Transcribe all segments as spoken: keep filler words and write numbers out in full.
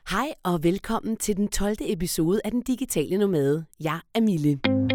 Hej og velkommen til den tolvte episode af Den Digitale Nomade. Jeg er Mille.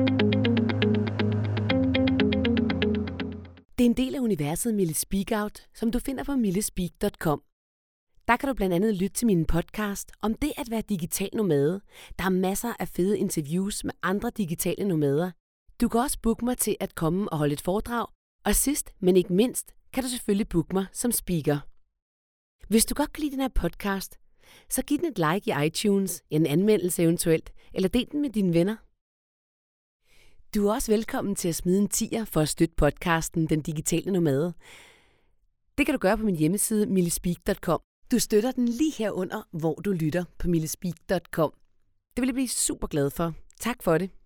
Det er en del af universet Mille Speak Out, som du finder på millespeak punktum com. Der kan du blandt andet lytte til min podcast om det at være digital nomade. Der er masser af fede interviews med andre digitale nomader. Du kan også booke mig til at komme og holde et foredrag. Og sidst, men ikke mindst, kan du selvfølgelig booke mig som speaker. Hvis du godt kan lide den her podcast, så giv den et like i iTunes, en anmeldelse eventuelt, eller del den med dine venner. Du er også velkommen til at smide en tier for at støtte podcasten Den Digitale Nomade. Det kan du gøre på min hjemmeside millespeak punktum com. Du støtter den lige herunder, hvor du lytter på millespeak punktum com. Det vil jeg blive super glad for. Tak for det.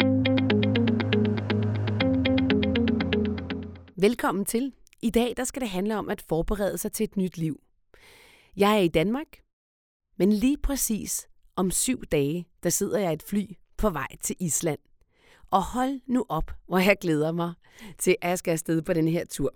Velkommen til. I dag der skal det handle om at forberede sig til et nyt liv. Jeg er i Danmark, men lige præcis om syv dage, der sidder jeg i et fly på vej til Island. Og hold nu op, hvor jeg glæder mig til, at jeg skal afsted på den her tur.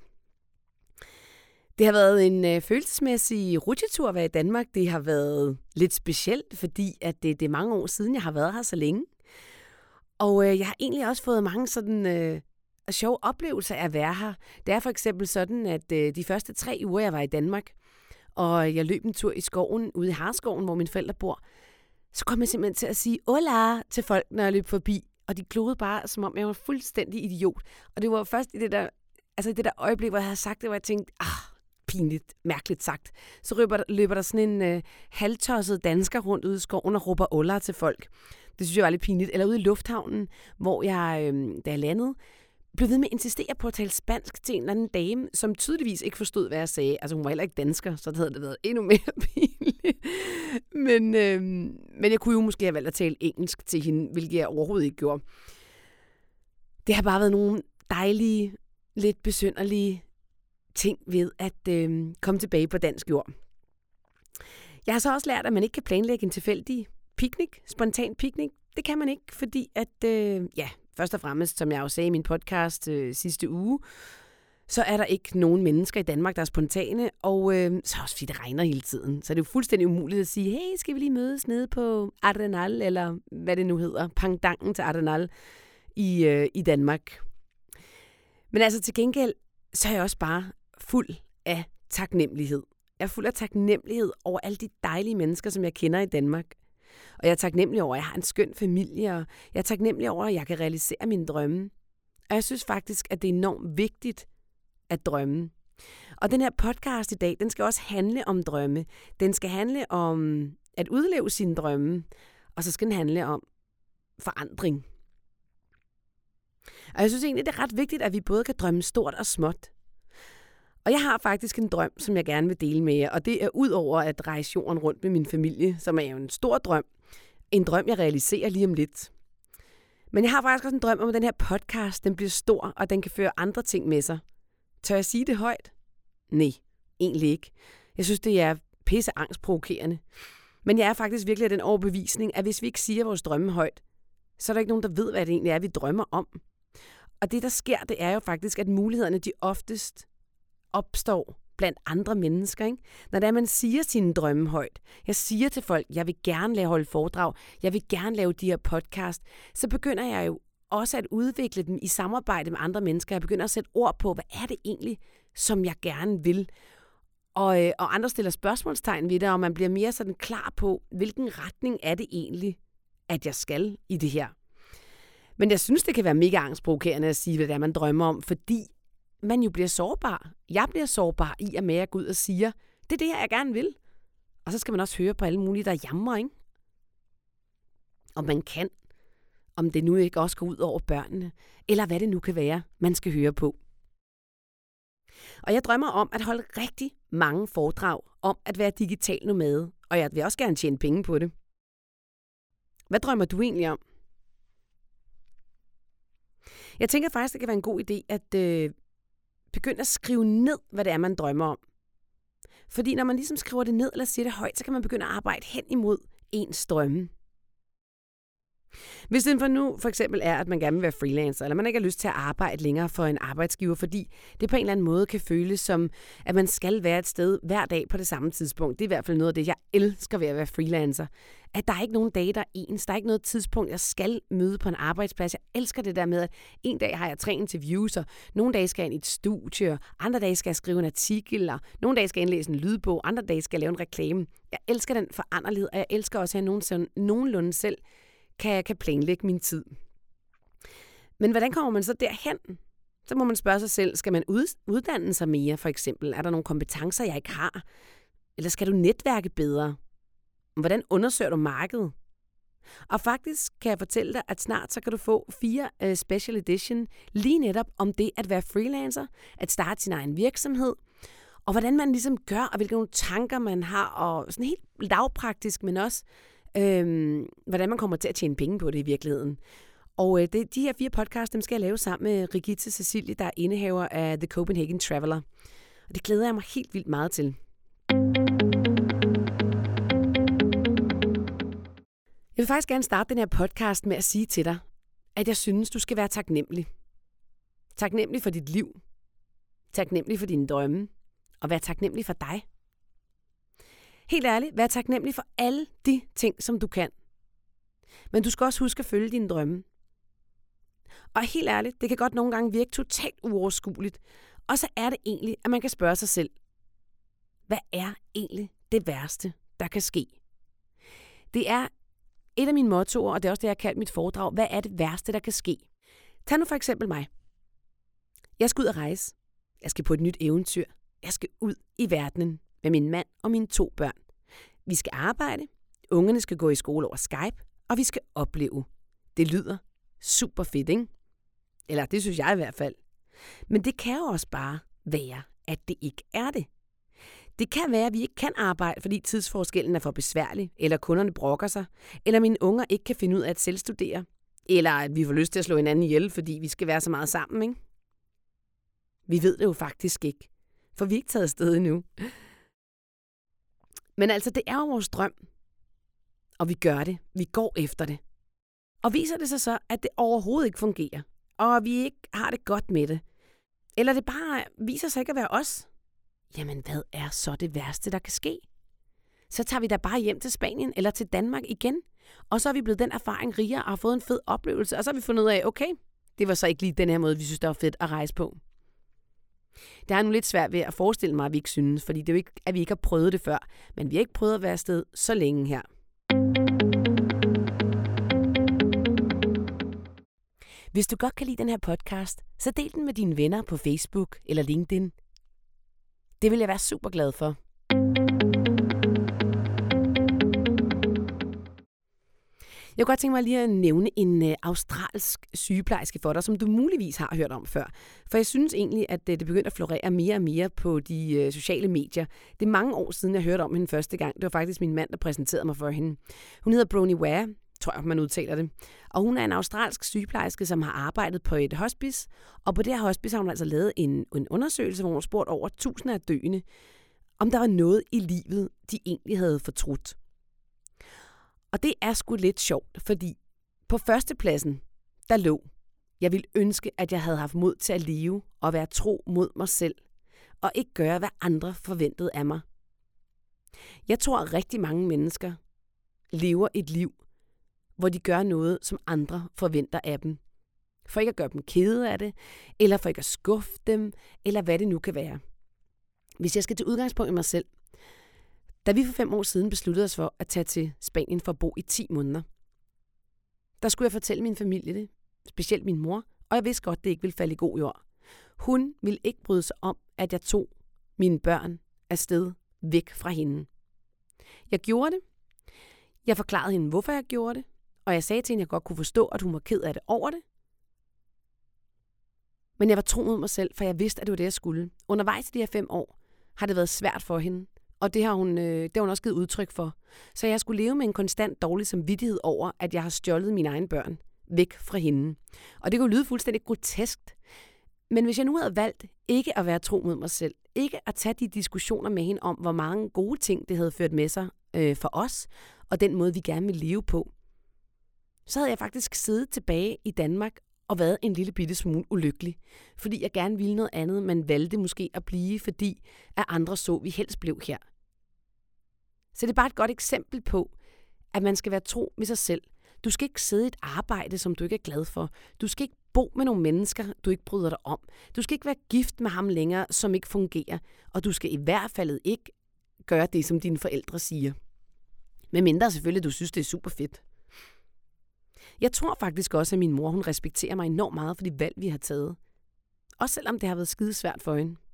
Det har været en øh, følelsesmæssig rutsjetur at være i Danmark. Det har været lidt specielt, fordi at det, det er mange år siden, jeg har været her så længe. Og øh, jeg har egentlig også fået mange sådan øh, sjove oplevelser af at være her. Det er for eksempel sådan, at øh, de første tre uger, jeg var i Danmark, og jeg løb en tur i skoven, ude i Harskoven, hvor mine forældre bor, så kom jeg simpelthen til at sige hola til folk, når jeg løb forbi. Og de klodede bare, som om jeg var fuldstændig idiot. Og det var først i det der, altså i det der øjeblik, hvor jeg havde sagt det, hvor jeg tænkte, ah, pinligt, mærkeligt sagt. Så løber der, løber der sådan en øh, halvtosset dansker rundt ude i skoven og råber hola til folk. Det synes jeg var lidt pinligt. Eller ude i lufthavnen, hvor jeg, øh, da jeg landede, blev ved med at insistere på at tale spansk til en eller anden dame, som tydeligvis ikke forstod, hvad jeg sagde. Altså hun var heller ikke dansker, så det havde det været endnu mere pinligt. Men, øh, men jeg kunne jo måske have valgt at tale engelsk til hende, hvilket jeg overhovedet ikke gjorde. Det har bare været nogle dejlige, lidt besynderlige ting ved at øh, komme tilbage på dansk jord. Jeg har så også lært, at man ikke kan planlægge en tilfældig picnic, spontan picnic. Det kan man ikke, fordi at, øh, ja, først og fremmest, som jeg jo sagde i min podcast øh, sidste uge, så er der ikke nogen mennesker i Danmark, der er spontane, og øh, så også fordi det regner hele tiden. Så er det jo fuldstændig umuligt at sige, hey, skal vi lige mødes nede på Ardenal, eller hvad det nu hedder, pangdangen til Ardenal i, øh, i Danmark. Men altså til gengæld, så er jeg også bare fuld af taknemmelighed. Jeg er fuld af taknemmelighed over alle de dejlige mennesker, som jeg kender i Danmark. Og jeg er taknemmelig over, at jeg har en skøn familie, og jeg er taknemmelig over, at jeg kan realisere mine drømme. Og jeg synes faktisk, at det er enormt vigtigt at drømme. Og den her podcast i dag, den skal også handle om drømme. Den skal handle om at udleve sine drømme, og så skal den handle om forandring. Og jeg synes egentlig, det er ret vigtigt, at vi både kan drømme stort og småt. Og jeg har faktisk en drøm, som jeg gerne vil dele med jer, og det er ud over at rejse jorden rundt med min familie, som er jo en stor drøm. En drøm, jeg realiserer lige om lidt. Men jeg har faktisk også en drøm om, at den her podcast, den bliver stor, og den kan føre andre ting med sig. Tør jeg sige det højt? Nej, egentlig ikke. Jeg synes, det er pisse angstprovokerende. Men jeg er faktisk virkelig af den overbevisning, at hvis vi ikke siger vores drømme højt, så er der ikke nogen, der ved, hvad det egentlig er, vi drømmer om. Og det, der sker, det er jo faktisk, at mulighederne, de oftest opstår blandt andre mennesker, ikke? Når det er, man siger sine drømme højt. Jeg siger til folk, jeg vil gerne lave holde foredrag, jeg vil gerne lave de her podcast, så begynder jeg jo også at udvikle dem i samarbejde med andre mennesker. Jeg begynder at sætte ord på, hvad er det egentlig, som jeg gerne vil. Og, øh, og andre stiller spørgsmålstegn ved det, og man bliver mere sådan klar på, hvilken retning er det egentlig, at jeg skal i det her. Men jeg synes, det kan være mega angstprovokerende at sige, hvad det er, man drømmer om, fordi man jo bliver sårbar. Jeg bliver sårbar i og med at gå ud og siger, det er det her, jeg gerne vil. Og så skal man også høre på alle mulige, der jammer, ikke? Om man kan. Om det nu ikke også går ud over børnene. Eller hvad det nu kan være, man skal høre på. Og jeg drømmer om at holde rigtig mange foredrag om at være digital nomade. Og jeg vil også gerne tjene penge på det. Hvad drømmer du egentlig om? Jeg tænker faktisk, det kan være en god idé at øh, begynde at skrive ned, hvad det er, man drømmer om. Fordi når man ligesom skriver det ned eller siger det højt, så kan man begynde at arbejde hen imod ens drømme. Hvis det for nu for eksempel er, at man gerne vil være freelancer, eller man ikke har lyst til at arbejde længere for en arbejdsgiver, fordi det på en eller anden måde kan føles som, at man skal være et sted hver dag på det samme tidspunkt. Det er i hvert fald noget af det, jeg elsker ved at være freelancer. At der er ikke nogen dage, der er ens. Der er ikke noget tidspunkt, jeg skal møde på en arbejdsplads. Jeg elsker det der med, at en dag har jeg tre interviews, og nogle dage skal jeg ind i et studie, og andre dage skal jeg skrive en artikel, og nogle dage skal jeg indlæse en lydbog, andre dage skal jeg lave en reklame. Jeg elsker den foranderlighed, og jeg elsker også, at jeg nogen, nogenlunde selv kan, kan planlægge min tid. Men hvordan kommer man så derhen? Så må man spørge sig selv, skal man uddanne sig mere for eksempel? Er der nogle kompetencer, jeg ikke har? Eller skal du netværke bedre? Hvordan undersøger du markedet? Og faktisk kan jeg fortælle dig, at snart så kan du få fire uh, special edition lige netop om det at være freelancer, at starte sin egen virksomhed, og hvordan man ligesom gør, og hvilke nogle tanker man har, og sådan helt lavpraktisk, men også øhm, hvordan man kommer til at tjene penge på det i virkeligheden. Og øh, det, de her fire podcasts, dem skal jeg lave sammen med Rigitte Cecilie, der er indehaver af The Copenhagen Traveler. Og det glæder jeg mig helt vildt meget til. Jeg vil faktisk gerne starte den her podcast med at sige til dig, at jeg synes, du skal være taknemmelig. Taknemmelig for dit liv. Taknemmelig for dine drømme. Og vær taknemmelig for dig. Helt ærligt, vær taknemmelig for alle de ting, som du kan. Men du skal også huske at følge dine drømme. Og helt ærligt, det kan godt nogle gange virke totalt uoverskueligt. Og så er det egentlig, at man kan spørge sig selv, hvad er egentlig det værste, der kan ske? Det er et af mine mottoer, og det er også det, jeg har kaldt mit foredrag. Hvad er det værste, der kan ske? Tag nu for eksempel mig. Jeg skal ud at rejse. Jeg skal på et nyt eventyr. Jeg skal ud i verdenen med min mand og mine to børn. Vi skal arbejde. Ungerne skal gå i skole over Skype. Og vi skal opleve. Det lyder super fedt, ikke? Eller det synes jeg i hvert fald. Men det kan jo også bare være, at det ikke er det. Det kan være, at vi ikke kan arbejde, fordi tidsforskellen er for besværlig, eller kunderne brokker sig, eller mine unger ikke kan finde ud af at selvstudere, eller at vi får lyst til at slå hinanden ihjel, fordi vi skal være så meget sammen, ikke? Vi ved det jo faktisk ikke, for vi er ikke taget afsted endnu. Men altså, det er jo vores drøm, og vi gør det. Vi går efter det. Og viser det sig så, at det overhovedet ikke fungerer, og vi ikke har det godt med det, eller det bare viser sig ikke at være os, jamen hvad er så det værste, der kan ske? Så tager vi da bare hjem til Spanien eller til Danmark igen, og så er vi blevet den erfaring rigere og har fået en fed oplevelse, og så har vi fundet ud af, okay, det var så ikke lige den her måde, vi synes, det var fedt at rejse på. Det er nu lidt svært ved at forestille mig, at vi ikke synes, fordi det er jo ikke, at vi ikke har prøvet det før, men vi har ikke prøvet at være afsted så længe her. Hvis du godt kan lide den her podcast, så del den med dine venner på Facebook eller LinkedIn. Det vil jeg være super glad for. Jeg kunne godt tænke mig lige at nævne en øh, australsk sygeplejerske for dig, som du muligvis har hørt om før. For jeg synes egentlig, at det begyndte at florere mere og mere på de øh, sociale medier. Det er mange år siden, jeg hørte om hende første gang. Det var faktisk min mand, der præsenterede mig for hende. Hun hedder Bronnie Ware, tror jeg, man udtaler det. Og hun er en australsk sygeplejerske, som har arbejdet på et hospice. Og på det her hospice har hun altså lavet en, en undersøgelse, hvor hun spurgte over tusinder af døende, om der var noget i livet, de egentlig havde fortrudt. Og det er sgu lidt sjovt, fordi på førstepladsen, der lå, jeg ville ønske, at jeg havde haft mod til at leve og være tro mod mig selv, og ikke gøre, hvad andre forventede af mig. Jeg tror, at rigtig mange mennesker lever et liv, hvor de gør noget, som andre forventer af dem. For ikke at gøre dem kede af det, eller for ikke at skuffe dem, eller hvad det nu kan være. Hvis jeg skal til udgangspunkt i mig selv, da vi for fem år siden besluttede os for at tage til Spanien for at bo i ti måneder, der skulle jeg fortælle min familie det, specielt min mor, og jeg vidste godt, det ikke ville falde i god jord. Hun ville ikke bryde sig om, at jeg tog mine børn afsted væk fra hende. Jeg gjorde det. Jeg forklarede hende, hvorfor jeg gjorde det, og jeg sagde til hende, at jeg godt kunne forstå, at hun var ked af det over det. Men jeg var tro mod mig selv, for jeg vidste, at det var det, jeg skulle. Undervejs i de her fem år har det været svært for hende, og det har hun, øh, det har hun også givet udtryk for. Så jeg skulle leve med en konstant dårlig samvittighed over, at jeg har stjålet mine egne børn væk fra hende. Og det kunne lyde fuldstændig groteskt. Men hvis jeg nu havde valgt ikke at være tro mod mig selv, ikke at tage de diskussioner med hende om, hvor mange gode ting det havde ført med sig øh, for os, og den måde, vi gerne vil leve på, så havde jeg faktisk siddet tilbage i Danmark og været en lille bitte smule ulykkelig, fordi jeg gerne ville noget andet, men valgte måske at blive, fordi at andre så, vi helst blev her. Så det er bare et godt eksempel på, at man skal være tro ved sig selv. Du skal ikke sidde i et arbejde, som du ikke er glad for. Du skal ikke bo med nogle mennesker, du ikke bryder dig om. Du skal ikke være gift med ham længere, som ikke fungerer. Og du skal i hvert fald ikke gøre det, som dine forældre siger. Men mindre selvfølgelig, du synes, det er super fedt. Jeg tror faktisk også, at min mor hun respekterer mig enormt meget for de valg, vi har taget. Også selvom det har været skide svært for hende.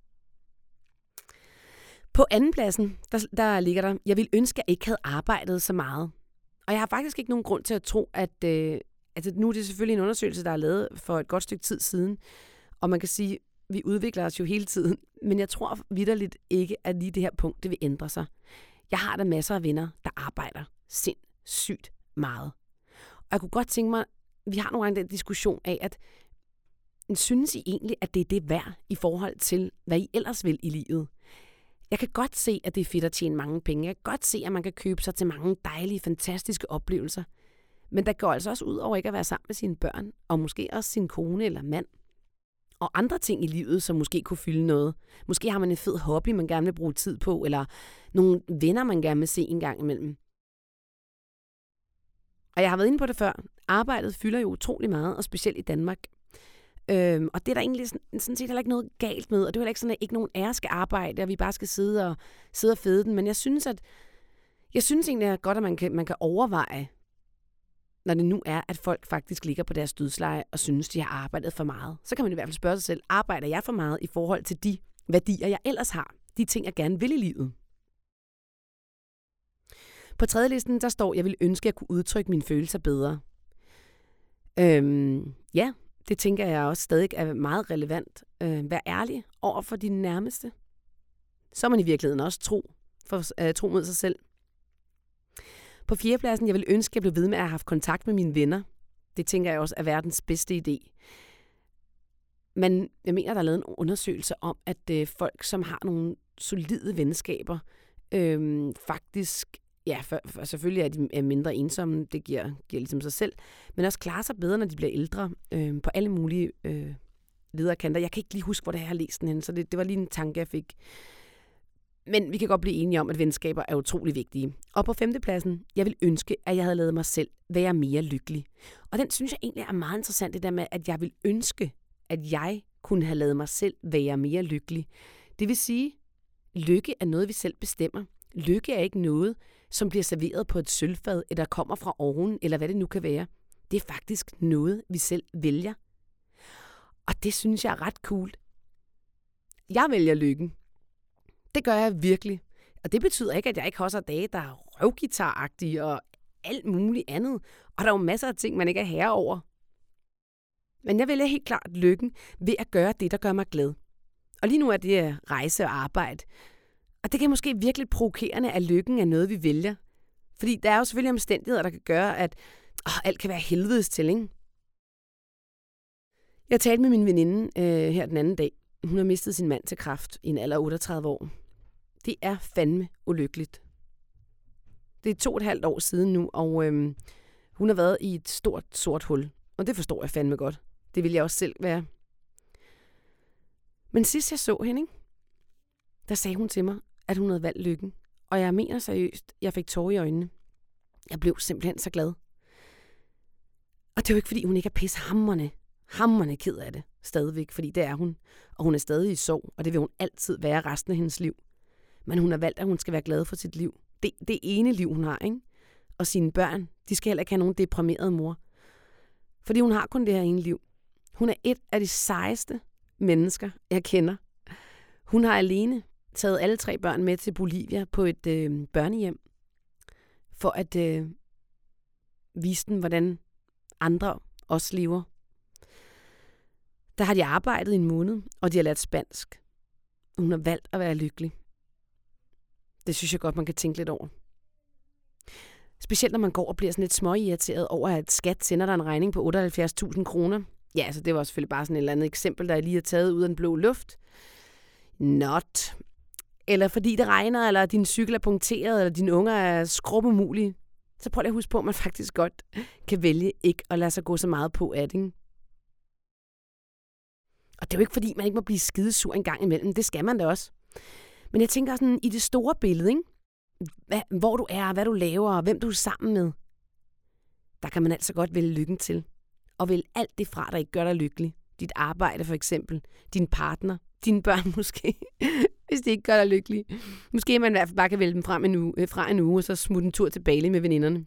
På andenpladsen, der, der ligger der, jeg ville ønske, at jeg ikke havde arbejdet så meget. Og jeg har faktisk ikke nogen grund til at tro, at øh, altså nu er det selvfølgelig en undersøgelse, der er lavet for et godt stykke tid siden. Og man kan sige, at vi udvikler os jo hele tiden. Men jeg tror vitterligt ikke, at lige det her punkt, det vil ændre sig. Jeg har da masser af venner, der arbejder sindssygt meget. Og jeg kunne godt tænke mig, vi har nogle gange den diskussion af, at synes I egentlig, at det er det værd i forhold til, hvad I ellers vil i livet? Jeg kan godt se, at det er fedt at tjene mange penge. Jeg kan godt se, at man kan købe sig til mange dejlige, fantastiske oplevelser. Men der går altså også ud over ikke at være sammen med sine børn, og måske også sin kone eller mand. Og andre ting i livet, som måske kunne fylde noget. Måske har man en fed hobby, man gerne vil bruge tid på, eller nogle venner, man gerne vil se en gang imellem. Og jeg har været inde på det før. Arbejdet fylder jo utrolig meget, og specielt i Danmark. Øhm, og det er der egentlig sådan, sådan set heller ikke noget galt med, og det er heller ikke sådan, at ikke nogen af os skal arbejde, og vi bare skal sidde og, sidde og fede den. Men jeg synes, at jeg synes egentlig, at det er godt, at man kan, man kan overveje, når det nu er, at folk faktisk ligger på deres dødsleje og synes, de har arbejdet for meget. Så kan man i hvert fald spørge sig selv, arbejder jeg for meget i forhold til de værdier, jeg ellers har? De ting, jeg gerne vil i livet. På tredje listen, der står, jeg vil ønske, at jeg kunne udtrykke mine følelser bedre. Øhm, ja, det tænker jeg også stadig er meget relevant. Øh, vær ærlig over for dine nærmeste. Så er man i virkeligheden også tro, for, øh, tro mod sig selv. På fjerdepladsen, jeg vil ønske, at jeg blev ved med at have haft kontakt med mine venner. Det tænker jeg også er verdens bedste idé. Men jeg mener, der er lavet en undersøgelse om, at øh, folk, som har nogle solide venskaber, øh, faktisk, ja, for, for selvfølgelig er de er mindre ensomme, det giver, giver ligesom sig selv, men også klarer sig bedre, når de bliver ældre, øh, på alle mulige øh, lederkanter. Jeg kan ikke lige huske, hvor det er, jeg har læst den hen, så det, det var lige en tanke, jeg fik. Men vi kan godt blive enige om, at venskaber er utrolig vigtige. Og på femtepladsen, jeg vil ønske, at jeg havde lavet mig selv være mere lykkelig. Og den synes jeg egentlig er meget interessant, det der med, at jeg vil ønske, at jeg kunne have lavet mig selv være mere lykkelig. Det vil sige, lykke er noget, vi selv bestemmer. Lykke er ikke noget, som bliver serveret på et sølvfad, eller kommer fra oven, eller hvad det nu kan være. Det er faktisk noget, vi selv vælger. Og det synes jeg er ret cool. Jeg vælger lykken. Det gør jeg virkelig. Og det betyder ikke, at jeg ikke også har dage, der er røvguitar-agtige og alt muligt andet. Og der er jo masser af ting, man ikke er herre over. Men jeg vælger helt klart lykken ved at gøre det, der gør mig glad. Og lige nu er det rejse og arbejde. Og det kan måske virkelig provokerende, at lykken er noget, vi vælger. Fordi der er jo selvfølgelig omstændigheder, der kan gøre, at åh, alt kan være helvedes til, ikke? Jeg talte med min veninde øh, her den anden dag. Hun har mistet sin mand til kræft i en alder af otteogtredive år. Det er fandme ulykkeligt. Det er to og et halvt år siden nu, og øhm, hun har været i et stort, sort hul. Og det forstår jeg fandme godt. Det vil jeg også selv være. Men sidst jeg så hende, ikke? Der sagde hun til mig, at hun havde valgt lykken. Og jeg mener seriøst, jeg fik tårer i øjnene. Jeg blev simpelthen så glad. Og det er jo ikke, fordi hun ikke er pissehamrende. Hamrende ked af det. Stadigvæk, fordi det er hun. Og hun er stadig i sorg, og det vil hun altid være resten af hendes liv. Men hun har valgt, at hun skal være glad for sit liv. Det, det ene liv, hun har, ikke? Og sine børn, de skal heller ikke have nogen deprimeret mor. Fordi hun har kun det her ene liv. Hun er et af de sejeste mennesker, jeg kender. Hun har alene taget alle tre børn med til Bolivia på et øh, børnehjem. For at øh, vise dem, hvordan andre også lever. Der har de arbejdet i en måned, og de har lært spansk. Hun har valgt at være lykkelig. Det synes jeg godt, man kan tænke lidt over. Specielt når man går og bliver sådan lidt småirriteret over, at skat sender dig en regning på otteoghalvfjerds tusind kroner. Ja, altså det var selvfølgelig bare sådan et eller andet eksempel, der jeg lige har taget ud af den blå luft. Not. Eller fordi det regner, eller din cykel er punkteret, eller dine unger er skrubumulige. så prøv lige at huske på, at man faktisk godt kan vælge ikke at lade sig gå så meget på af det. Og det er jo ikke, fordi man ikke må blive skidesur en gang imellem. Det skal man da også. Men jeg tænker sådan, i det store billede, ikke? Hvad, hvor du er, hvad du laver, og hvem du er sammen med, der kan man altså godt vælge lykken til. Og vælge alt det fra, der ikke gør dig lykkelig. Dit arbejde for eksempel, din partner, dine børn måske, hvis det ikke gør dig lykkelig. Måske man i hvert fald bare kan vælge dem fra en uge, fra en uge og så smutte en tur til Bali med veninderne.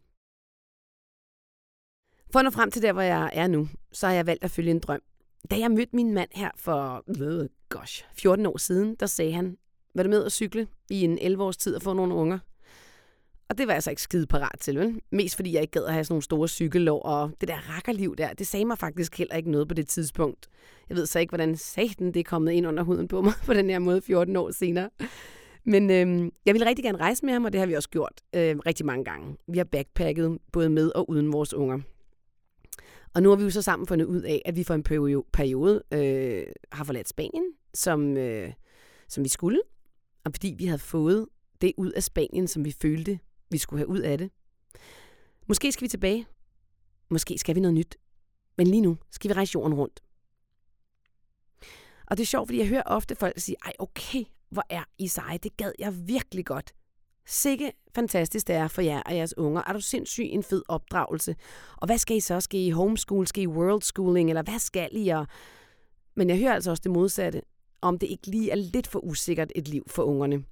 For at nå frem til der, hvor jeg er nu, så har jeg valgt at følge en drøm. Da jeg mødte min mand her for øh, gosh, fjorten år siden, der sagde han, var du med at cykle i en elleve års tid og få nogle unger? Og det var jeg så ikke skide parat til, vel? Mest fordi jeg ikke gad at have sådan nogle store cykellår, og det der rakkerliv der, det sagde mig faktisk heller ikke noget på det tidspunkt. Jeg ved så ikke, hvordan satan det er kommet ind under huden på mig på den her måde fjorten år senere. Men øh, jeg ville rigtig gerne rejse med ham, og det har vi også gjort øh, rigtig mange gange. Vi har backpacket både med og uden vores unger. Og nu har vi jo så sammen fundet ud af, at vi for en periode øh, har forladt Spanien, som, øh, som vi skulle. Og fordi vi havde fået det ud af Spanien, som vi følte, vi skulle have ud af det. Måske skal vi tilbage. Måske skal vi noget nyt. Men lige nu skal vi rejse jorden rundt. Og det er sjovt, fordi jeg hører ofte folk sige, ej okay, hvor er I seje, det gad jeg virkelig godt. Sikke fantastisk det er for jer og jeres unger. Er du sindssyg en fed opdragelse? Og hvad skal I så? Skal I homeschool? Skal I world schooling? Eller hvad skal I? Og... Men jeg hører altså også det modsatte. Om det ikke lige er lidt for usikkert et liv for ungerne.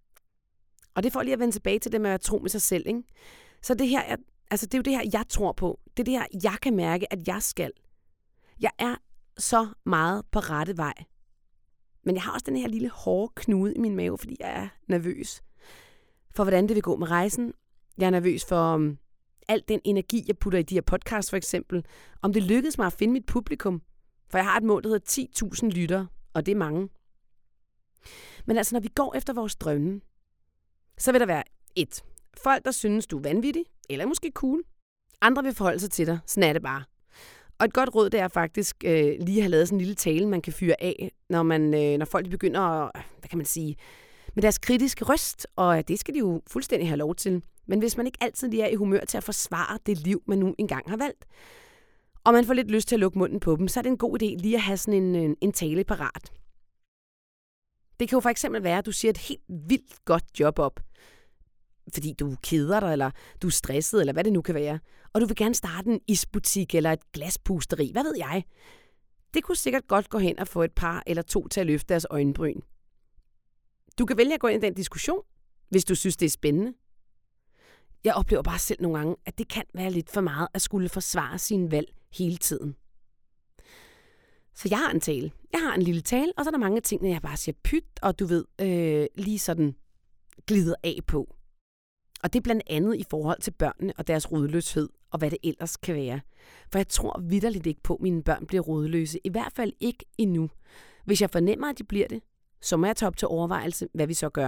Og det får lige at vende tilbage til det med at tro med sig selv, ikke? Så det her er, altså det er jo det her, jeg tror på. Det er det her, jeg kan mærke, at jeg skal. Jeg er så meget på rette vej. Men jeg har også den her lille hårde knude i min mave, fordi jeg er nervøs for, hvordan det vil gå med rejsen. Jeg er nervøs for um, al den energi, jeg putter i de her podcasts for eksempel. Om det lykkedes mig at finde mit publikum. For jeg har et mål, der hedder ti tusind lyttere, og det er mange. Men altså, når vi går efter vores drømme, så vil der være et. Folk, der synes, du er vanvittig, eller måske cool. Andre vil forholde sig til dig. Sådan er det bare. Og et godt råd, det er faktisk øh, lige at have lavet sådan en lille tale, man kan fyre af, når, man, øh, når folk begynder at, hvad kan man sige, med deres kritiske røst, og det skal de jo fuldstændig have lov til. Men hvis man ikke altid lige er i humør til at forsvare det liv, man nu engang har valgt, og man får lidt lyst til at lukke munden på dem, så er det en god idé lige at have sådan en, en, en tale parat. Det kan jo for eksempel være, at du siger et helt vildt godt job op, fordi du keder dig, eller du er stresset, eller hvad det nu kan være, og du vil gerne starte en isbutik eller et glaspusteri, hvad ved jeg. Det kunne sikkert godt gå hen og få et par eller to til at løfte deres øjenbryn. Du kan vælge at gå ind i den diskussion, hvis du synes, det er spændende. Jeg oplever bare selv nogle gange, at det kan være lidt for meget at skulle forsvare sine valg hele tiden. Så jeg har en tale. Jeg har en lille tale, og så er der mange ting, når jeg bare siger pyt, og du ved, øh, lige sådan glider af på. Og det er blandt andet i forhold til børnene og deres rodløshed, og hvad det ellers kan være. For jeg tror vitterligt ikke på, at mine børn bliver rodløse. I hvert fald ikke endnu. Hvis jeg fornemmer, at de bliver det, så må jeg tage op til overvejelse, hvad vi så gør.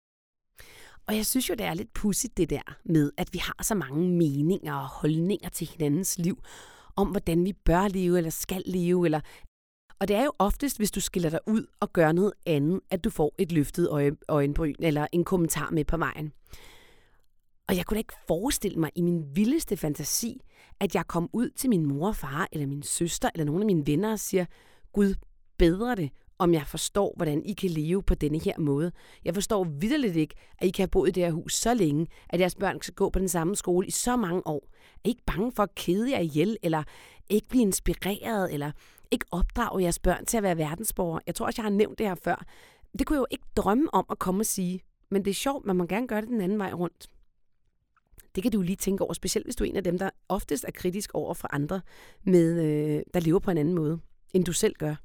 Og jeg synes jo, det er lidt pudsigt det der med, at vi har så mange meninger og holdninger til hinandens liv, om hvordan vi bør leve eller skal leve. Eller... Og det er jo oftest, hvis du skiller dig ud og gør noget andet, at du får et løftet øje, øjenbryn eller en kommentar med på vejen. Og jeg kunne da ikke forestille mig i min vildeste fantasi, at jeg kom ud til min mor og far, eller min søster, eller nogle af mine venner og siger, Gud, bedre det, om jeg forstår, hvordan I kan leve på denne her måde. Jeg forstår vitterligt ikke, at I kan have boet i det her hus så længe, at jeres børn skal gå på den samme skole i så mange år. Er I ikke bange for at kede jer ihjel, eller ikke blive inspireret, eller ikke opdrage jeres børn til at være verdensborgere? Jeg tror også, jeg har nævnt det her før. Det kunne jeg jo ikke drømme om at komme og sige, men det er sjovt, man må gerne gøre det den anden vej rundt. Det kan du lige tænke over, specielt hvis du er en af dem, der oftest er kritisk over for andre, med, øh, der lever på en anden måde, end du selv gør.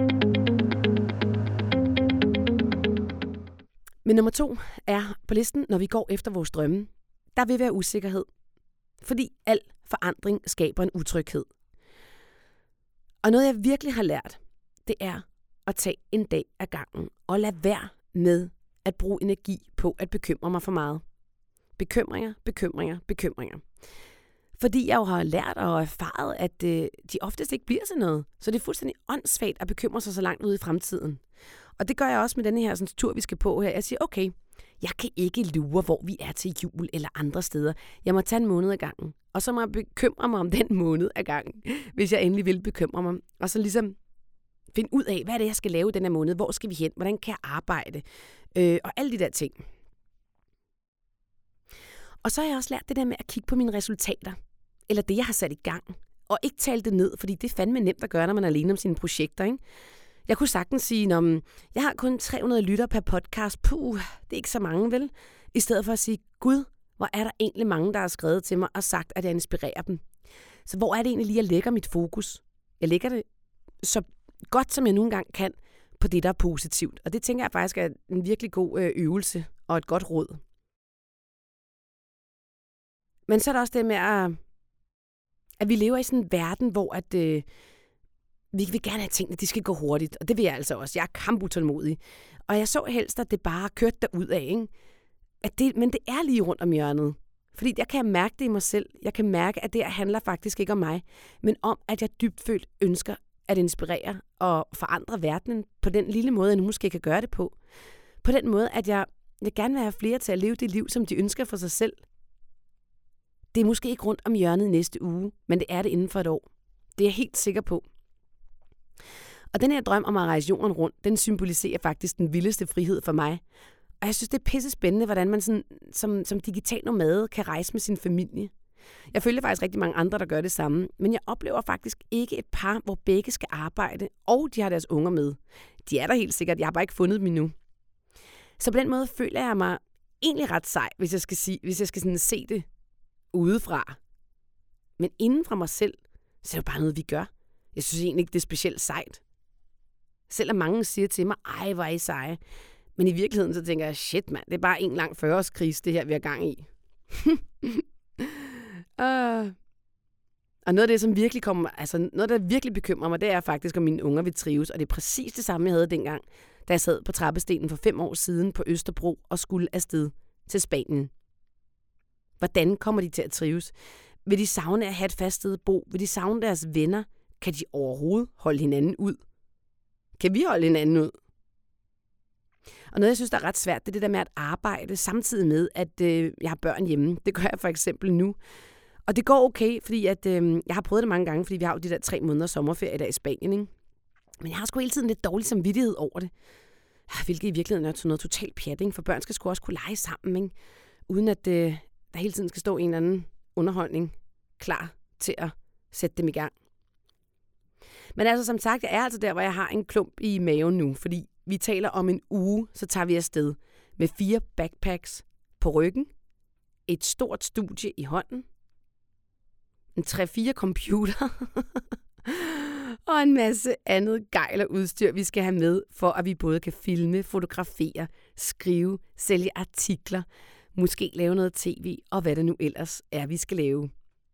Men nummer to er på listen, når vi går efter vores drømme. Der vil være usikkerhed, fordi al forandring skaber en utryghed. Og noget, jeg virkelig har lært, det er at tage en dag ad gangen og lade være med at bruge energi på at bekymre mig for meget. Bekymringer, bekymringer, bekymringer. Fordi jeg jo har lært og erfaret, at øh, de oftest ikke bliver til noget. Så det er fuldstændig åndssvagt at bekymre sig så langt ude i fremtiden. Og det gør jeg også med denne her sådan, tur, vi skal på her. Jeg siger, okay, Jeg kan ikke lure, hvor vi er til jul eller andre steder. Jeg må tage en måned ad gangen, og så må jeg bekymre mig om den måned ad gangen, hvis jeg endelig vil bekymre mig. Og så ligesom finde ud af, hvad er det, jeg skal lave den her måned? Hvor skal vi hen? Hvordan kan jeg arbejde? Øh, og alle de der ting. Og så har jeg også lært det der med at kigge på mine resultater, eller det, jeg har sat i gang, og ikke tale det ned, fordi det er fandme nemt at gøre, når man er alene om sine projekter, ikke? Jeg kunne sagtens sige, at jeg har kun tre hundrede lytter per podcast. Puh, det er ikke så mange, vel? I stedet for at sige, gud, hvor er der egentlig mange, der har skrevet til mig og sagt, at jeg inspirerer dem. Så hvor er det egentlig lige, jeg lægger mit fokus? Jeg lægger det så godt, som jeg nogle gange kan, på det, der er positivt. Og det tænker jeg faktisk er en virkelig god øvelse og et godt råd. Men så er der også det med, at, at vi lever i sådan en verden, hvor at, øh, vi vil gerne have tingene, de skal gå hurtigt. Og det vil jeg altså også. Jeg er kamputålmodig. Og jeg så helst, at det bare kørte derudad, ikke? At det, men det er lige rundt om hjørnet. Fordi jeg kan mærke det i mig selv. Jeg kan mærke, at det her handler faktisk ikke om mig, men om, at jeg dybtfølt ønsker at inspirere og forandre verdenen på den lille måde, jeg nu måske kan gøre det på. På den måde, at jeg, jeg gerne vil have flere til at leve det liv, som de ønsker for sig selv. Det er måske ikke rundt om hjørnet næste uge, men det er det inden for et år. Det er jeg helt sikker på. Og den her drøm om at rejse jorden rundt, den symboliserer faktisk den vildeste frihed for mig. Og jeg synes, det er pisse spændende, hvordan man sådan, som, som digital nomade kan rejse med sin familie. Jeg følger faktisk rigtig mange andre, der gør det samme, men jeg oplever faktisk ikke et par, hvor begge skal arbejde, og de har deres unger med. De er der helt sikkert, jeg har bare ikke fundet dem endnu. Så på den måde føler jeg mig egentlig ret sej, hvis jeg skal, sige, hvis jeg skal sådan se det udefra. Men inden fra mig selv, så er det jo bare noget, vi gør. Jeg synes egentlig ikke, det er specielt sejt. Selvom mange siger til mig, ej, hvor er I seje. Men i virkeligheden, så tænker jeg, shit mand, det er bare en lang fyrre-årskrise, det her, vi har gang i. uh. Og noget af det, som virkelig kommer, altså noget, der virkelig bekymrer mig, det er faktisk, om mine unger vil trives. Og det er præcis det samme, jeg havde dengang, da jeg sad på trappestenen for fem år siden på Østerbro og skulle afsted til Spanien. Hvordan kommer de til at trives? Vil de savne at have et fast sted at bo? Vil de savne deres venner? Kan de overhovedet holde hinanden ud? Kan vi holde hinanden ud? Og noget, jeg synes, der er ret svært, det er det der med at arbejde samtidig med, at øh, jeg har børn hjemme. Det gør jeg for eksempel nu. Og det går okay, fordi at, øh, jeg har prøvet det mange gange, fordi vi har jo de der tre måneders sommerferie der i Spanien, ikke? Men jeg har sgu hele tiden lidt dårlig samvittighed over det. Hvilket i virkeligheden er noget totalt pjat, ikke? For børn skal sgu også kunne lege sammen, ikke? Uden at øh, der hele tiden skal stå en eller anden underholdning klar til at sætte dem i gang. Men altså som sagt, jeg er altså der, hvor jeg har en klump i maven nu, fordi vi taler om en uge, så tager vi afsted med fire backpacks på ryggen, et stort studie i hånden, en tre-fire computer og en masse andet gejl og udstyr, vi skal have med, for at vi både kan filme, fotografere, skrive, sælge artikler, måske lave noget tv og hvad det nu ellers er, vi skal lave.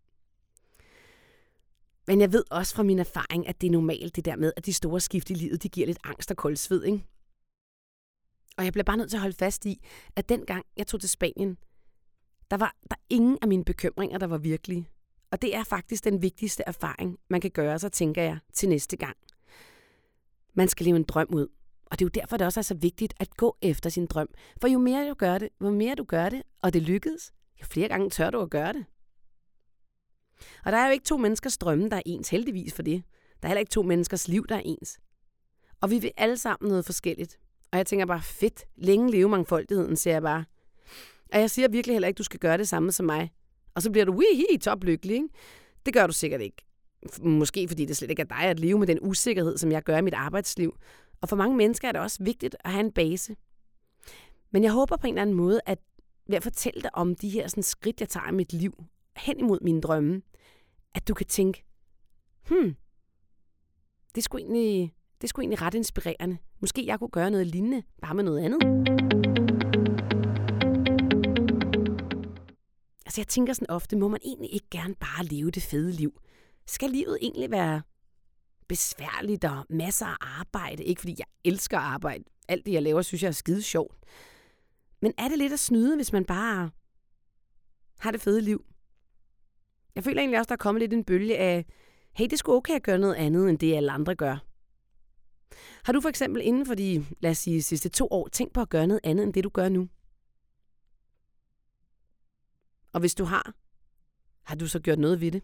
Men jeg ved også fra min erfaring, at det er normalt det der med, at de store skift i livet, de giver lidt angst og koldsved, ikke? Og jeg bliver bare nødt til at holde fast i, at dengang jeg tog til Spanien, der var der ingen af mine bekymringer, der var virkelige. Og det er faktisk den vigtigste erfaring, man kan gøre sig, tænker jeg, til næste gang. Man skal leve en drøm ud. Og det er jo derfor, det også er så vigtigt at gå efter sin drøm. For jo mere du gør det, jo mere du gør det, og det lykkedes, jo flere gange tør du at gøre det. Og der er jo ikke to menneskers drømme, der er ens, heldigvis for det. Der er heller ikke to menneskers liv, der er ens. Og vi vil alle sammen noget forskelligt. Og jeg tænker bare, fedt, længe leve mangfoldigheden, siger jeg bare. Og jeg siger virkelig heller ikke, du skal gøre det samme som mig. Og så bliver du wihi, toplykkelig, ikke? Det gør du sikkert ikke. Måske fordi det slet ikke er dig at leve med den usikkerhed, som jeg gør i mit arbejdsliv. Og for mange mennesker er det også vigtigt at have en base. Men jeg håber på en eller anden måde, at ved at fortælle dig om de her sådan, skridt, jeg tager i mit liv, hen imod mine drømme, at du kan tænke, hmm, det er sgu egentlig, det er sgu egentlig ret inspirerende. Måske jeg kunne gøre noget lignende, bare med noget andet. Altså jeg tænker sådan ofte, må man egentlig ikke gerne bare leve det fede liv? Skal livet egentlig være besværligt og masser af arbejde? Ikke fordi jeg elsker arbejde. Alt det jeg laver, synes jeg er skide sjovt. Men er det lidt at snyde, hvis man bare har det fede liv? Jeg føler egentlig også, der er kommet lidt en bølge af, hey, det skulle okay at gøre noget andet, end det alle andre gør. Har du for eksempel inden for de, lad os sige, sidste to år tænkt på at gøre noget andet, end det du gør nu? Og hvis du har, har du så gjort noget ved det?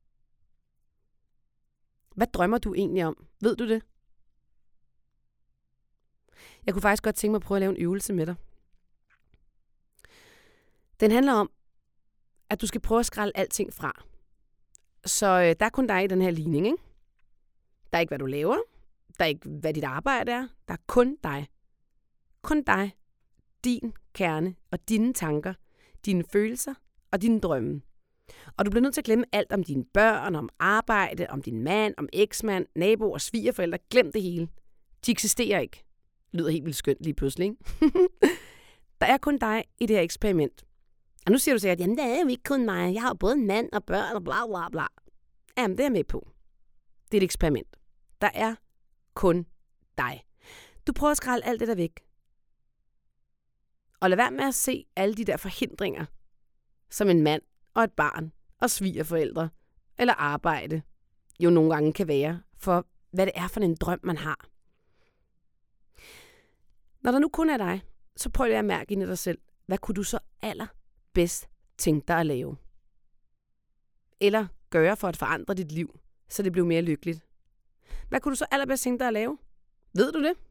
Hvad drømmer du egentlig om? Ved du det? Jeg kunne faktisk godt tænke mig at prøve at lave en øvelse med dig. Den handler om, at du skal prøve at skrælle alting fra. Så øh, der er kun dig i den her ligning, ikke? Der er ikke, hvad du laver. Der er ikke, hvad dit arbejde er. Der er kun dig. Kun dig, din kerne og dine tanker, dine følelser og dine drømme. Og du bliver nødt til at glemme alt om dine børn, om arbejde, om din mand, om eksmand, naboer, svigerforældre. Glem det hele. De eksisterer ikke. Lyder helt vildt skønt lige pludselig, ikke? Der er kun dig i det her eksperiment. Og nu siger du sikkert, jamen det er jo ikke kun mig. Jeg har jo både en mand og børn og bla bla bla. Jamen det er jeg med på. Det er et eksperiment. Der er kun dig. Du prøver at skrælle alt det der væk. Og lad være med at se alle de der forhindringer, som en mand og et barn og svigerforældre eller arbejde jo nogle gange kan være, for hvad det er for en drøm, man har. Når der nu kun er dig, så prøv lige at mærke ind i dig selv, hvad kunne du så allerbedst tænke dig at lave? Eller gøre for at forandre dit liv, så det bliver mere lykkeligt? Hvad kunne du så allerbedst tænke dig at lave? Ved du det?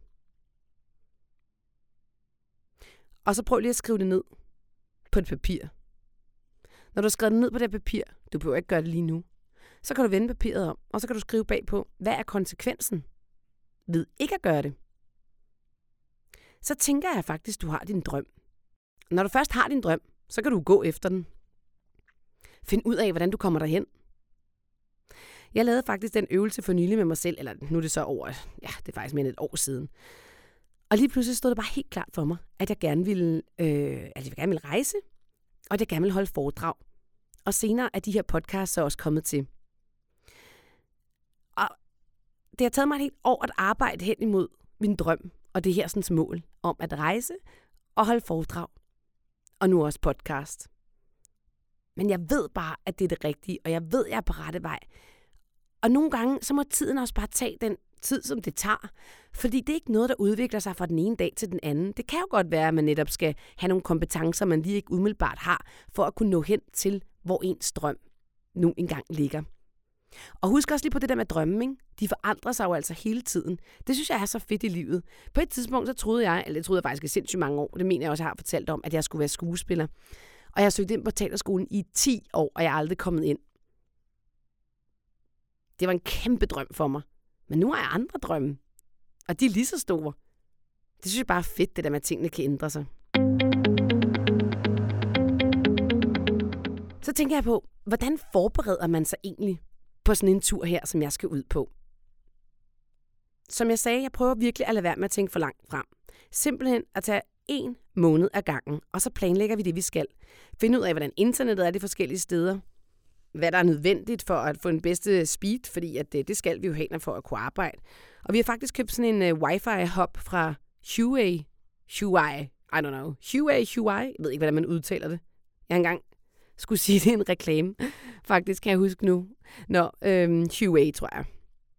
Og så prøv lige at skrive det ned på et papir. Når du har skrevet det ned på det papir, du behøver ikke gøre det lige nu, så kan du vende papiret om, og så kan du skrive bagpå, hvad er konsekvensen ved ikke at gøre det? Så tænker jeg faktisk, du har din drøm. Når du først har din drøm, så kan du gå efter den. Find ud af, hvordan du kommer derhen. Jeg lavede faktisk den øvelse for nylig med mig selv, eller nu er det så over, ja, det er faktisk mere end et år siden. Og lige pludselig stod det bare helt klart for mig, at jeg gerne ville, øh, at jeg gerne ville rejse, og at jeg gerne ville holde foredrag. Og senere er de her podcasts så også kommet til. Og det har taget mig et helt år at arbejde hen imod min drøm, og det her sådan mål om at rejse og holde foredrag. Og nu også podcast. Men jeg ved bare, at det er det rigtige, og jeg ved, at jeg er på rette vej. Og nogle gange, så må tiden også bare tage den tid, som det tager. Fordi det er ikke noget, der udvikler sig fra den ene dag til den anden. Det kan jo godt være, at man netop skal have nogle kompetencer, man lige ikke umiddelbart har, for at kunne nå hen til, hvor ens drøm nu engang ligger. Og husk også lige på det der med drømmen, ikke? De forandrer sig jo altså hele tiden. Det synes jeg er så fedt i livet. På et tidspunkt, så troede jeg, eller jeg troede jeg faktisk i sindssygt mange år, det mener jeg også, jeg har fortalt om, at jeg skulle være skuespiller. Og jeg søgte ind på teaterskolen i ti år, og jeg er aldrig kommet ind. Det var en kæmpe drøm for mig. Men nu har jeg andre drømme. Og de er lige så store. Det synes jeg bare er fedt, det der med, at tingene kan ændre sig. Så tænker jeg på, hvordan forbereder man sig egentlig på sådan en tur her, som jeg skal ud på? Som jeg sagde, jeg prøver virkelig at lade være med at tænke for langt frem. Simpelthen at tage en måned ad gangen, og så planlægger vi det, vi skal. Finde ud af, hvordan internettet er de forskellige steder. Hvad der er nødvendigt for at få den bedste speed, fordi at det, det skal vi jo have for at kunne arbejde. Og vi har faktisk købt sådan en uh, wifi-hub fra Huawei. Huawei, I don't know. Huawei, Huawei. Jeg ved ikke, hvordan man udtaler det. Jeg har engang skulle sige, det er en reklame. Faktisk kan jeg huske nu. Nå, øhm, Huawei, tror jeg.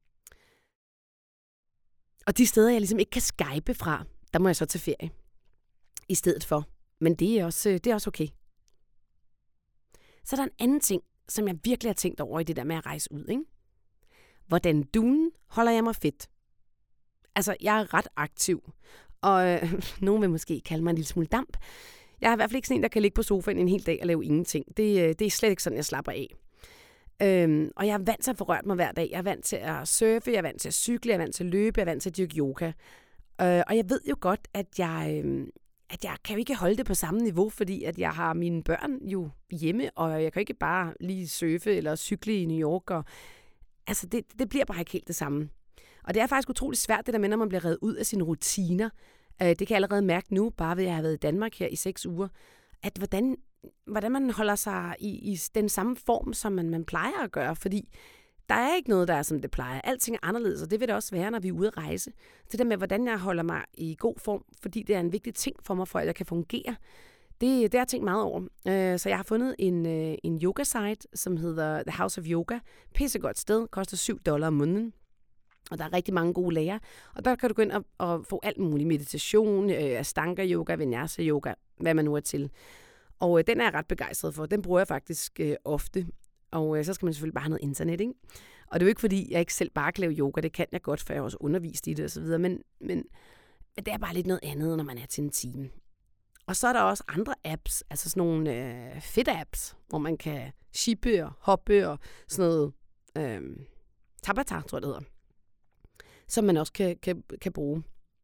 Og de steder, jeg ligesom ikke kan skype fra, der må jeg så til ferie i stedet for. Men det er også, det er også okay. Så er der en anden ting, som jeg virkelig har tænkt over i det der med at rejse ud, ikke? Hvordan duen holder jeg mig fedt? Altså, jeg er ret aktiv, og øh, nogen vil måske kalde mig en lille smule damp. Jeg er i hvert fald ikke sådan en, der kan ligge på sofaen en hel dag og lave ingenting. Det, øh, det er slet ikke sådan, jeg slapper af. Øhm, og jeg er vant til at få rørt mig hver dag. Jeg er vant til at surfe, jeg er vant til at cykle, jeg er vant til at løbe, jeg er vant til at dyrke yoga. Øh, og jeg ved jo godt, at jeg... Øh, at jeg kan jo ikke holde det på samme niveau, fordi at jeg har mine børn jo hjemme, og jeg kan ikke bare lige surfe eller cykle i New York. Og, altså, det, det bliver bare ikke helt det samme. Og det er faktisk utroligt svært, det der med, når man bliver revet ud af sine rutiner. Det kan jeg allerede mærke nu, bare ved at jeg har været i Danmark her i seks uger, at hvordan, hvordan man holder sig i, i den samme form, som man, man plejer at gøre, fordi der er ikke noget, der er, som det plejer. Alting er anderledes, og det vil det også være, når vi er ude at rejse. Det der med, hvordan jeg holder mig i god form, fordi det er en vigtig ting for mig, for at jeg kan fungere, det, det har jeg tænkt meget over. Så jeg har fundet en, en yoga-site, som hedder The House of Yoga. Pissegodt sted, koster syv dollar om måneden. Og der er rigtig mange gode lærere. Og der kan du gå ind og, og få alt muligt meditation, ashtanga-yoga, vinyasa-yoga, hvad man nu er til. Og øh, den er jeg ret begejstret for. Den bruger jeg faktisk øh, ofte. Og øh, så skal man selvfølgelig bare have noget internet, ikke? Og det er jo ikke, fordi jeg ikke selv bare kan lave yoga. Det kan jeg godt, for jeg har også undervist i det og så videre. Men, men, men det er bare lidt noget andet, når man er til en time. Og så er der også andre apps, altså sådan nogle øh, fit-apps, hvor man kan shippe og hoppe og sådan noget øh, tabata, tror jeg det hedder, som man også kan, kan, kan bruge.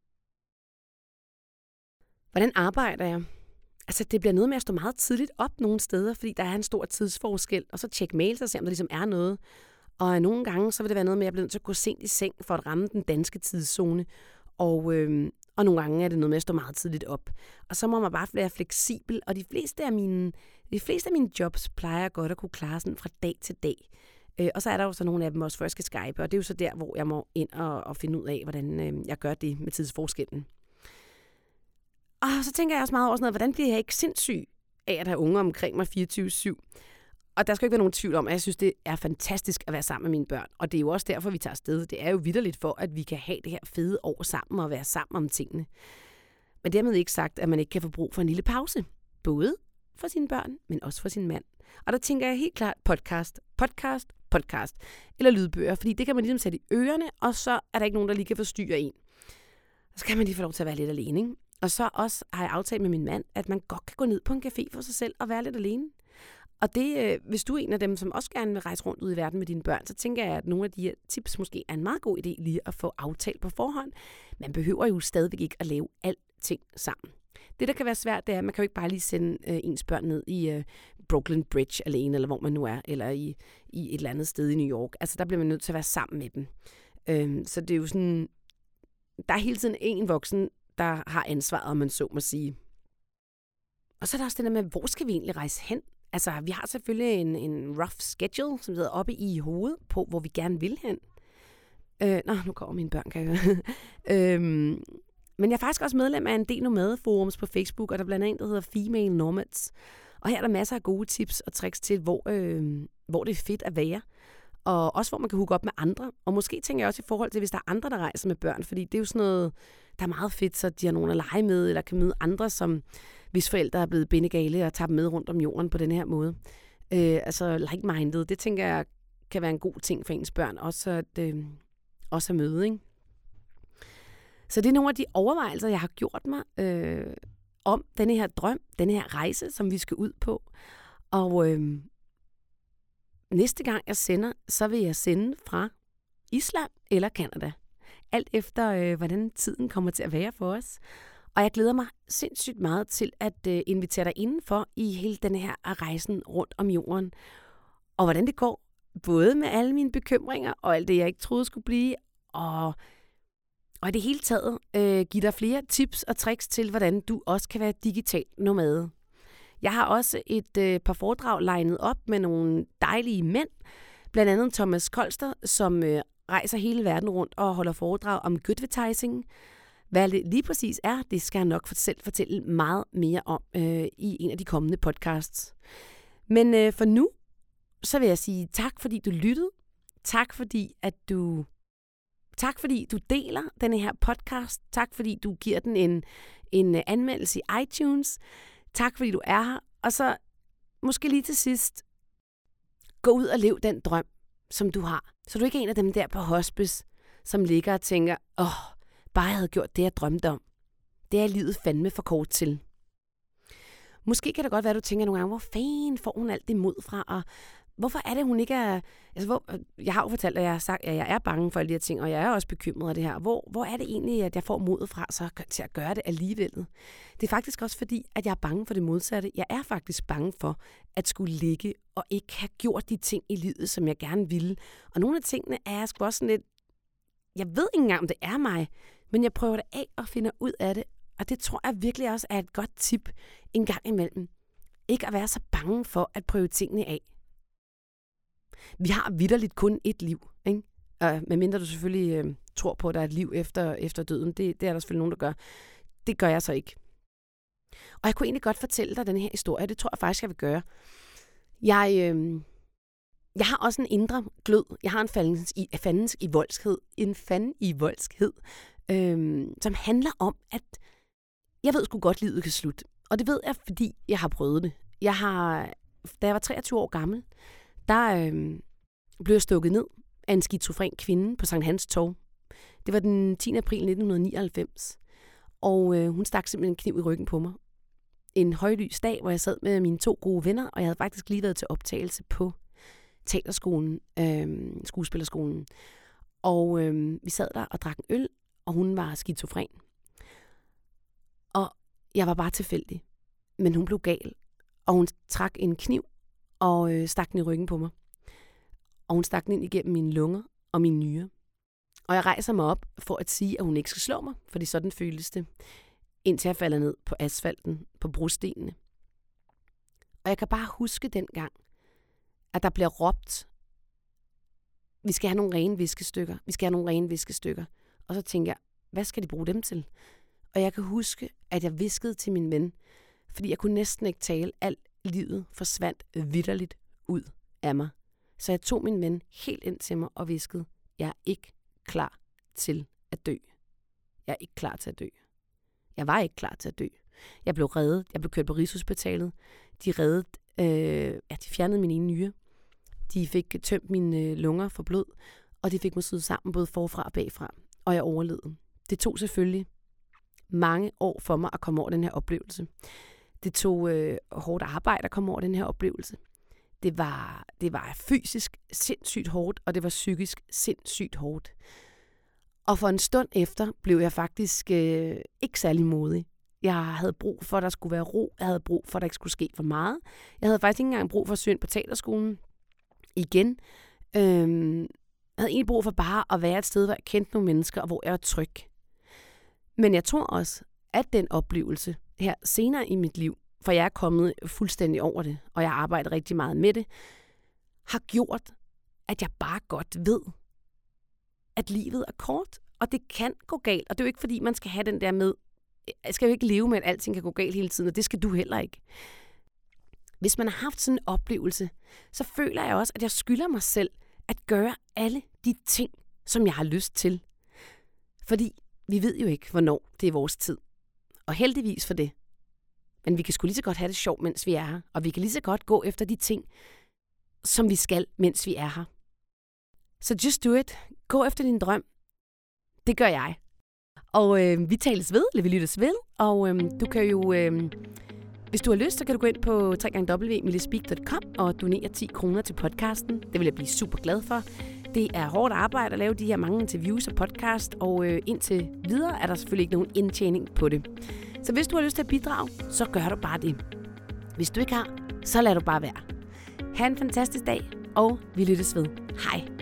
Hvordan arbejder jeg? Altså, det bliver noget med at stå meget tidligt op nogle steder, fordi der er en stor tidsforskel, og så tjekke mails og se, om der ligesom er noget. Og nogle gange, så vil det være noget med, at jeg bliver nødt til at gå sent i seng for at ramme den danske tidszone. Og, øh, og nogle gange er det noget med at stå meget tidligt op. Og så må man bare være fleksibel, og de fleste af mine, de fleste af mine jobs plejer jeg godt at kunne klare sådan fra dag til dag. Øh, og så er der jo så nogle af dem også, hvor jeg skal skype, og det er jo så der, hvor jeg må ind og, og finde ud af, hvordan øh, jeg gør det med tidsforskellen. Og så tænker jeg også meget over sådan noget, hvordan bliver jeg ikke sindssyg af at have unger omkring mig fireogtyve syv? Og der skal ikke være nogen tvivl om, at jeg synes, det er fantastisk at være sammen med mine børn. Og det er jo også derfor, vi tager afsted. Det er jo vitterligt for, at vi kan have det her fede år sammen og være sammen om tingene. Men dermed ikke sagt, at man ikke kan få brug for en lille pause. Både for sine børn, men også for sin mand. Og der tænker jeg helt klart podcast, podcast, podcast eller lydbøger. Fordi det kan man ligesom sætte i ørerne, og så er der ikke nogen, der lige kan forstyrre en. Så kan man lige få lov til at være lidt alene, ikke? Og så også har jeg aftalt med min mand, at man godt kan gå ned på en café for sig selv og være lidt alene. Og det, hvis du er en af dem, som også gerne vil rejse rundt ud i verden med dine børn, så tænker jeg, at nogle af de her tips måske er en meget god idé lige at få aftalt på forhånd. Man behøver jo stadigvæk ikke at lave alting sammen. Det, der kan være svært, det er, at man kan jo ikke bare lige sende øh, ens børn ned i øh, Brooklyn Bridge alene, eller hvor man nu er, eller i, i et eller andet sted i New York. Altså, der bliver man nødt til at være sammen med dem. Øhm, så det er jo sådan, der er hele tiden en voksen, der har ansvaret, om man så må sige. Og så er der også det der med, hvor skal vi egentlig rejse hen? Altså, vi har selvfølgelig en, en rough schedule, som sidder oppe i hovedet på, hvor vi gerne vil hen. Øh, nå, nu kommer mine børn, kan jeg høre. øhm, men jeg er faktisk også medlem af en del nomadeforums på Facebook, og der er blandt andet en, der hedder Female Nomads. Og her er der masser af gode tips og tricks til, hvor, øh, hvor det er fedt at være. Og også hvor man kan hooke op med andre. Og måske tænker jeg også i forhold til, hvis der er andre, der rejser med børn. Fordi det er jo sådan noget, der er meget fedt, så de har nogen at lege med, eller kan møde andre, som hvis forældre er blevet bindegale og tager dem med rundt om jorden på den her måde. Øh, altså like-minded, det tænker jeg kan være en god ting for ens børn. Også at, øh, også at møde, ikke? Så det er nogle af de overvejelser, jeg har gjort mig øh, om denne her drøm, denne her rejse, som vi skal ud på. Og øh, næste gang jeg sender, så vil jeg sende fra Island eller Canada. Alt efter, øh, hvordan tiden kommer til at være for os. Og jeg glæder mig sindssygt meget til at øh, invitere dig indenfor i hele den her rejsen rundt om jorden. Og hvordan det går, både med alle mine bekymringer og alt det, jeg ikke troede skulle blive. Og, og i det hele taget øh, give dig flere tips og tricks til, hvordan du også kan være digital nomade. Jeg har også et øh, par foredrag legnet op med nogle dejlige mænd. Blandt andet Thomas Kolster, som øh, rejser hele verden rundt og holder foredrag om goodvertising. Hvad det lige præcis er, det skal jeg nok selv fortælle meget mere om øh, i en af de kommende podcasts. Men øh, for nu, så vil jeg sige tak, fordi du lyttede. Tak, fordi at du, tak, fordi du deler denne her podcast. Tak, fordi du giver den en, en anmeldelse i iTunes. Tak, fordi du er her. Og så måske lige til sidst, gå ud og lev den drøm, som du har. Så du ikke er en af dem der på hospice, som ligger og tænker, åh, oh, bare jeg havde gjort det, jeg drømte om. Det er livet fandme for kort til. Måske kan det godt være, at du tænker nogle gange, hvor fanden får hun alt det mod fra, og hvorfor er det, hun ikke er... Altså, hvor, jeg har jo fortalt, at jeg, har sagt, at jeg er bange for alle de her ting, og jeg er også bekymret af det her. Hvor, hvor er det egentlig, at jeg får modet fra så til at gøre det alligevel? Det er faktisk også fordi, at jeg er bange for det modsatte. Jeg er faktisk bange for at skulle ligge og ikke have gjort de ting i livet, som jeg gerne ville. Og nogle af tingene er sgu også sådan lidt... Jeg ved ikke engang, om det er mig, men jeg prøver det af og finder ud af det. Og det tror jeg virkelig også er et godt tip en gang imellem. Ikke at være så bange for at prøve tingene af. Vi har vitterligt kun et liv, ikke? Og medmindre du selvfølgelig øh, tror på, at der er et liv efter, efter døden. Det, det er der selvfølgelig nogen, der gør. Det gør jeg så ikke. Og jeg kunne egentlig godt fortælle dig den her historie. Det tror jeg faktisk, jeg vil gøre. Jeg, øh, jeg har også en indre glød. Jeg har en fandens i, fandens i voldskhed. En fanden i voldskhed. Øh, som handler om, at jeg ved sgu godt, livet kan slutte. Og det ved jeg, fordi jeg har prøvet det. Jeg har, da jeg var treogtyve år gammel, der øh, blev jeg stukket ned af en skizofren kvinde på Sankt Hans Torv. Det var den tiende april nitten nioghalvfems. Og øh, hun stak simpelthen en kniv i ryggen på mig. En højlys dag, hvor jeg sad med mine to gode venner, og jeg havde faktisk lige været til optagelse på teaterskolen, øh, skuespillerskolen. Og øh, vi sad der og drak en øl, og hun var skizofren. Og jeg var bare tilfældig. Men hun blev gal, og hun trak en kniv og øh, stak den i ryggen på mig. Og hun stak den ind igennem mine lunger og mine nyrer. Og jeg rejser mig op for at sige, at hun ikke skal slå mig, fordi sådan føltes det, indtil jeg falder ned på asfalten, på brostenene. Og jeg kan bare huske dengang, at der bliver råbt, vi skal have nogle rene viskestykker, vi skal have nogle rene viskestykker. Og så tænker jeg, hvad skal de bruge dem til? Og jeg kan huske, at jeg viskede til min ven, fordi jeg kunne næsten ikke tale. Alt livet forsvandt vitterligt ud af mig. Så jeg tog min ven helt ind til mig og viskede, jeg er ikke klar til at dø. Jeg er ikke klar til at dø. Jeg var ikke klar til at dø. Jeg blev reddet. Jeg blev kørt på Rigshospitalet. De reddede, øh, ja, de fjernede min ene nyre. De fik tømt mine lunger for blod, og de fik mig syet sammen både forfra og bagfra. Og jeg overlevede. Det tog selvfølgelig mange år for mig at komme over den her oplevelse. Det tog øh, hårdt arbejde at komme over den her oplevelse. Det var, det var fysisk sindssygt hårdt, og det var psykisk sindssygt hårdt. Og for en stund efter blev jeg faktisk øh, ikke særlig modig. Jeg havde brug for, at der skulle være ro. Jeg havde brug for, at der ikke skulle ske for meget. Jeg havde faktisk ikke engang brug for at søge ind på teaterskolen igen. Øhm, jeg havde egentlig brug for bare at være et sted, hvor jeg kendte nogle mennesker, og hvor jeg var tryg. Men jeg tror også, at den oplevelse her senere i mit liv, for jeg er kommet fuldstændig over det, og jeg har arbejdet rigtig meget med det, har gjort, at jeg bare godt ved, at livet er kort, og det kan gå galt. Og det er jo ikke, fordi man skal have den der med, jeg skal jo ikke leve med, at alting kan gå galt hele tiden, og det skal du heller ikke. Hvis man har haft sådan en oplevelse, så føler jeg også, at jeg skylder mig selv at gøre alle de ting, som jeg har lyst til. Fordi vi ved jo ikke, hvornår det er vores tid. Og heldigvis for det. Men vi kan sgu lige så godt have det sjovt, mens vi er her. Og vi kan lige så godt gå efter de ting, som vi skal, mens vi er her. Så just do it. Gå efter din drøm. Det gør jeg. Og øh, vi tales ved, eller vi lyttes ved. Og øh, du kan jo, øh, hvis du har lyst, så kan du gå ind på w w w punktum millespeak punktum com og donere ti kroner til podcasten. Det vil jeg blive super glad for. Det er hårdt arbejde at lave de her mange interviews og podcast, og øh, indtil videre er der selvfølgelig ikke nogen indtjening på det. Så hvis du har lyst til at bidrage, så gør du bare det. Hvis du ikke har, så lad du bare være. Ha' en fantastisk dag, og vi lyttes ved. Hej.